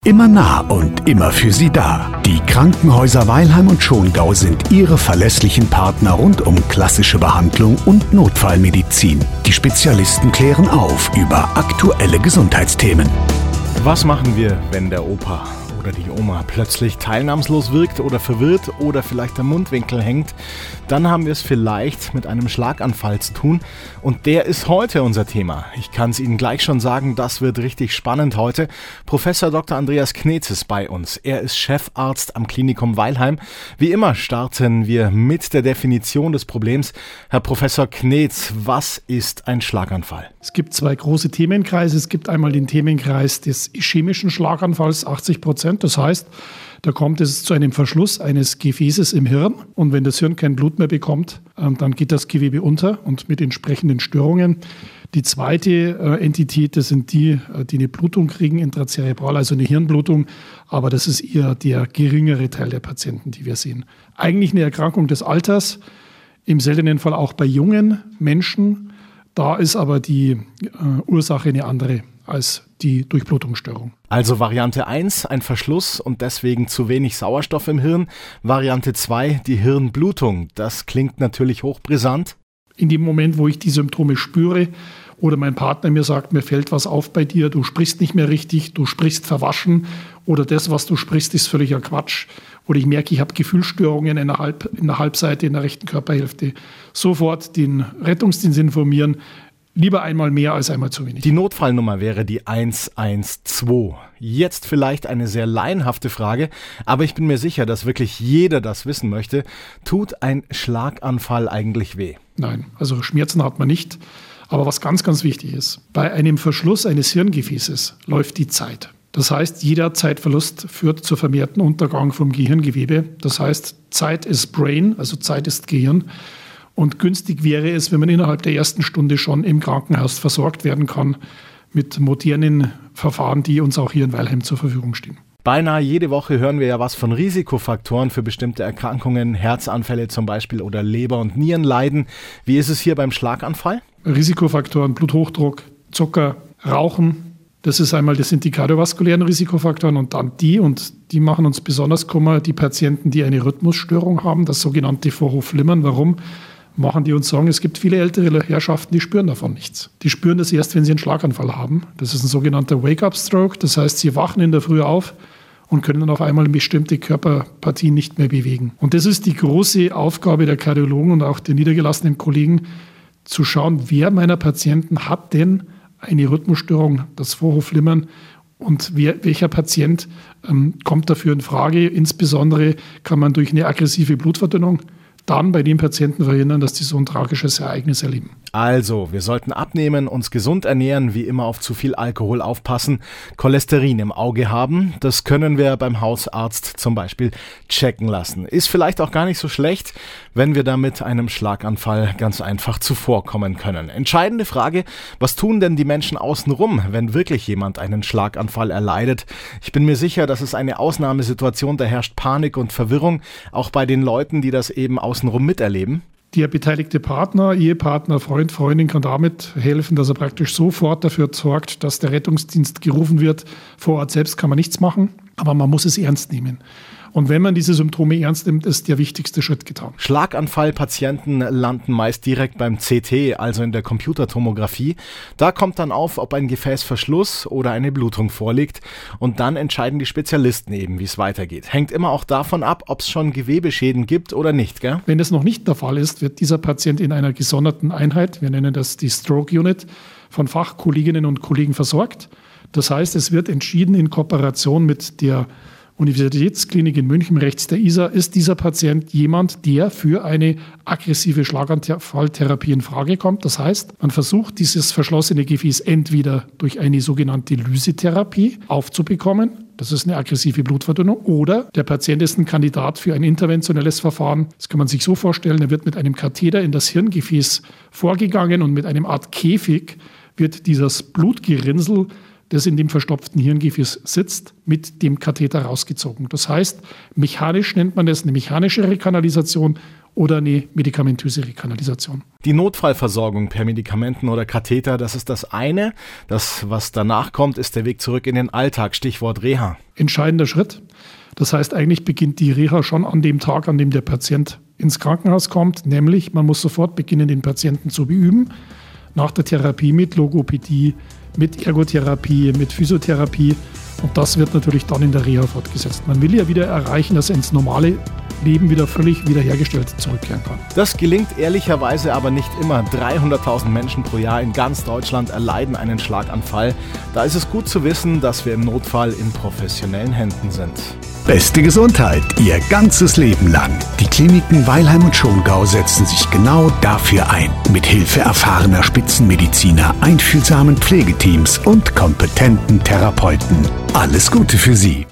Immer nah und immer für Sie da. Die Krankenhäuser Weilheim und Schongau sind Ihre verlässlichen Partner rund um klassische Behandlung und Notfallmedizin. Die Spezialisten klären auf über aktuelle Gesundheitsthemen. Was machen wir, wenn der Opa oder die Oma plötzlich teilnahmslos wirkt oder verwirrt oder vielleicht der Mundwinkel hängt? Dann haben wir es vielleicht mit einem Schlaganfall zu tun und der ist heute unser Thema. Ich kann es Ihnen gleich schon sagen, das wird richtig spannend heute. Professor Dr. Andreas Knetz ist bei uns. Er ist Chefarzt am Klinikum Weilheim. Wie immer starten wir mit der Definition des Problems. Herr Professor Knetz, was ist ein Schlaganfall? Es gibt zwei große Themenkreise. Es gibt einmal den Themenkreis des ischämischen Schlaganfalls, 80%. Das heißt, da kommt es zu einem Verschluss eines Gefäßes im Hirn. Und wenn das Hirn kein Blut mehr bekommt, dann geht das Gewebe unter und mit entsprechenden Störungen. Die zweite Entität, das sind die eine Blutung kriegen, intrazerebral, also eine Hirnblutung. Aber das ist eher der geringere Teil der Patienten, die wir sehen. Eigentlich eine Erkrankung des Alters, im seltenen Fall auch bei jungen Menschen. Da ist aber die Ursache eine andere als die Durchblutungsstörung. Also Variante 1, ein Verschluss und deswegen zu wenig Sauerstoff im Hirn. Variante 2, die Hirnblutung. Das klingt natürlich hochbrisant. In dem Moment, wo ich die Symptome spüre oder mein Partner mir sagt, mir fällt was auf bei dir, du sprichst nicht mehr richtig, du sprichst verwaschen oder das, was du sprichst, ist völliger Quatsch. Oder ich merke, ich habe Gefühlsstörungen in der Halbseite, in der rechten Körperhälfte. Sofort den Rettungsdienst informieren. Lieber einmal mehr als einmal zu wenig. Die Notfallnummer wäre die 112. Jetzt vielleicht eine sehr laienhafte Frage, aber ich bin mir sicher, dass wirklich jeder das wissen möchte. Tut ein Schlaganfall eigentlich weh? Nein, also Schmerzen hat man nicht. Aber was ganz, ganz wichtig ist, bei einem Verschluss eines Hirngefäßes läuft die Zeit. Das heißt, jeder Zeitverlust führt zu vermehrten Untergang vom Gehirngewebe. Das heißt, Zeit ist Brain, also Zeit ist Gehirn. Und günstig wäre es, wenn man innerhalb der ersten Stunde schon im Krankenhaus versorgt werden kann mit modernen Verfahren, die uns auch hier in Weilheim zur Verfügung stehen. Beinahe jede Woche hören wir ja was von Risikofaktoren für bestimmte Erkrankungen, Herzanfälle zum Beispiel oder Leber- und Nierenleiden. Wie ist es hier beim Schlaganfall? Risikofaktoren, Bluthochdruck, Zucker, Rauchen. Das sind die kardiovaskulären Risikofaktoren und dann die machen uns besonders Kummer, die Patienten, die eine Rhythmusstörung haben, das sogenannte Vorhofflimmern. Warum? Machen die uns sagen, es gibt viele ältere Herrschaften, die spüren davon nichts. Die spüren das erst, wenn sie einen Schlaganfall haben. Das ist ein sogenannter Wake-up-Stroke. Das heißt, sie wachen in der Früh auf und können dann auf einmal bestimmte Körperpartien nicht mehr bewegen. Und das ist die große Aufgabe der Kardiologen und auch der niedergelassenen Kollegen, zu schauen, wer meiner Patienten hat denn eine Rhythmusstörung, das Vorhofflimmern und welcher Patient kommt dafür in Frage. Insbesondere kann man durch eine aggressive Blutverdünnung dann bei den Patienten verhindern, dass die so ein tragisches Ereignis erleben. Also, wir sollten abnehmen, uns gesund ernähren, wie immer auf zu viel Alkohol aufpassen, Cholesterin im Auge haben. Das können wir beim Hausarzt zum Beispiel checken lassen. Ist vielleicht auch gar nicht so schlecht, wenn wir damit einem Schlaganfall ganz einfach zuvorkommen können. Entscheidende Frage, was tun denn die Menschen außenrum, wenn wirklich jemand einen Schlaganfall erleidet? Ich bin mir sicher, das ist eine Ausnahmesituation, da herrscht Panik und Verwirrung, auch bei den Leuten, die das eben außenrum miterleben. Der beteiligte Partner, Ehepartner, Freund, Freundin kann damit helfen, dass er praktisch sofort dafür sorgt, dass der Rettungsdienst gerufen wird. Vor Ort selbst kann man nichts machen, aber man muss es ernst nehmen. Und wenn man diese Symptome ernst nimmt, ist der wichtigste Schritt getan. Schlaganfallpatienten landen meist direkt beim CT, also in der Computertomographie. Da kommt dann auf, ob ein Gefäßverschluss oder eine Blutung vorliegt. Und dann entscheiden die Spezialisten eben, wie es weitergeht. Hängt immer auch davon ab, ob es schon Gewebeschäden gibt oder nicht, gell? Wenn das noch nicht der Fall ist, wird dieser Patient in einer gesonderten Einheit, wir nennen das die Stroke Unit, von Fachkolleginnen und Kollegen versorgt. Das heißt, es wird entschieden in Kooperation mit der Universitätsklinik in München rechts der Isar, ist dieser Patient jemand, der für eine aggressive Schlaganfalltherapie in Frage kommt. Das heißt, man versucht, dieses verschlossene Gefäß entweder durch eine sogenannte Lysetherapie aufzubekommen. Das ist eine aggressive Blutverdünnung. Oder der Patient ist ein Kandidat für ein interventionelles Verfahren. Das kann man sich so vorstellen, er wird mit einem Katheter in das Hirngefäß vorgegangen und mit einem Art Käfig wird dieses Blutgerinnsel, das in dem verstopften Hirngefäß sitzt, mit dem Katheter rausgezogen. Das heißt, mechanisch nennt man das eine mechanische Rekanalisation oder eine medikamentöse Rekanalisation. Die Notfallversorgung per Medikamenten oder Katheter, das ist das eine. Das, was danach kommt, ist der Weg zurück in den Alltag, Stichwort Reha. Entscheidender Schritt. Das heißt, eigentlich beginnt die Reha schon an dem Tag, an dem der Patient ins Krankenhaus kommt. Nämlich, man muss sofort beginnen, den Patienten zu beüben. Nach der Therapie mit Logopädie, mit Ergotherapie, mit Physiotherapie. Und das wird natürlich dann in der Reha fortgesetzt. Man will ja wieder erreichen, dass er ins normale Leben wieder völlig wiederhergestellt zurückkehren kann. Das gelingt ehrlicherweise aber nicht immer. 300.000 Menschen pro Jahr in ganz Deutschland erleiden einen Schlaganfall. Da ist es gut zu wissen, dass wir im Notfall in professionellen Händen sind. Beste Gesundheit, Ihr ganzes Leben lang. Die Kliniken Weilheim und Schongau setzen sich genau dafür ein. Mit Hilfe erfahrener Spitzenmediziner, einfühlsamen Pflegeteams und kompetenten Therapeuten. Alles Gute für Sie.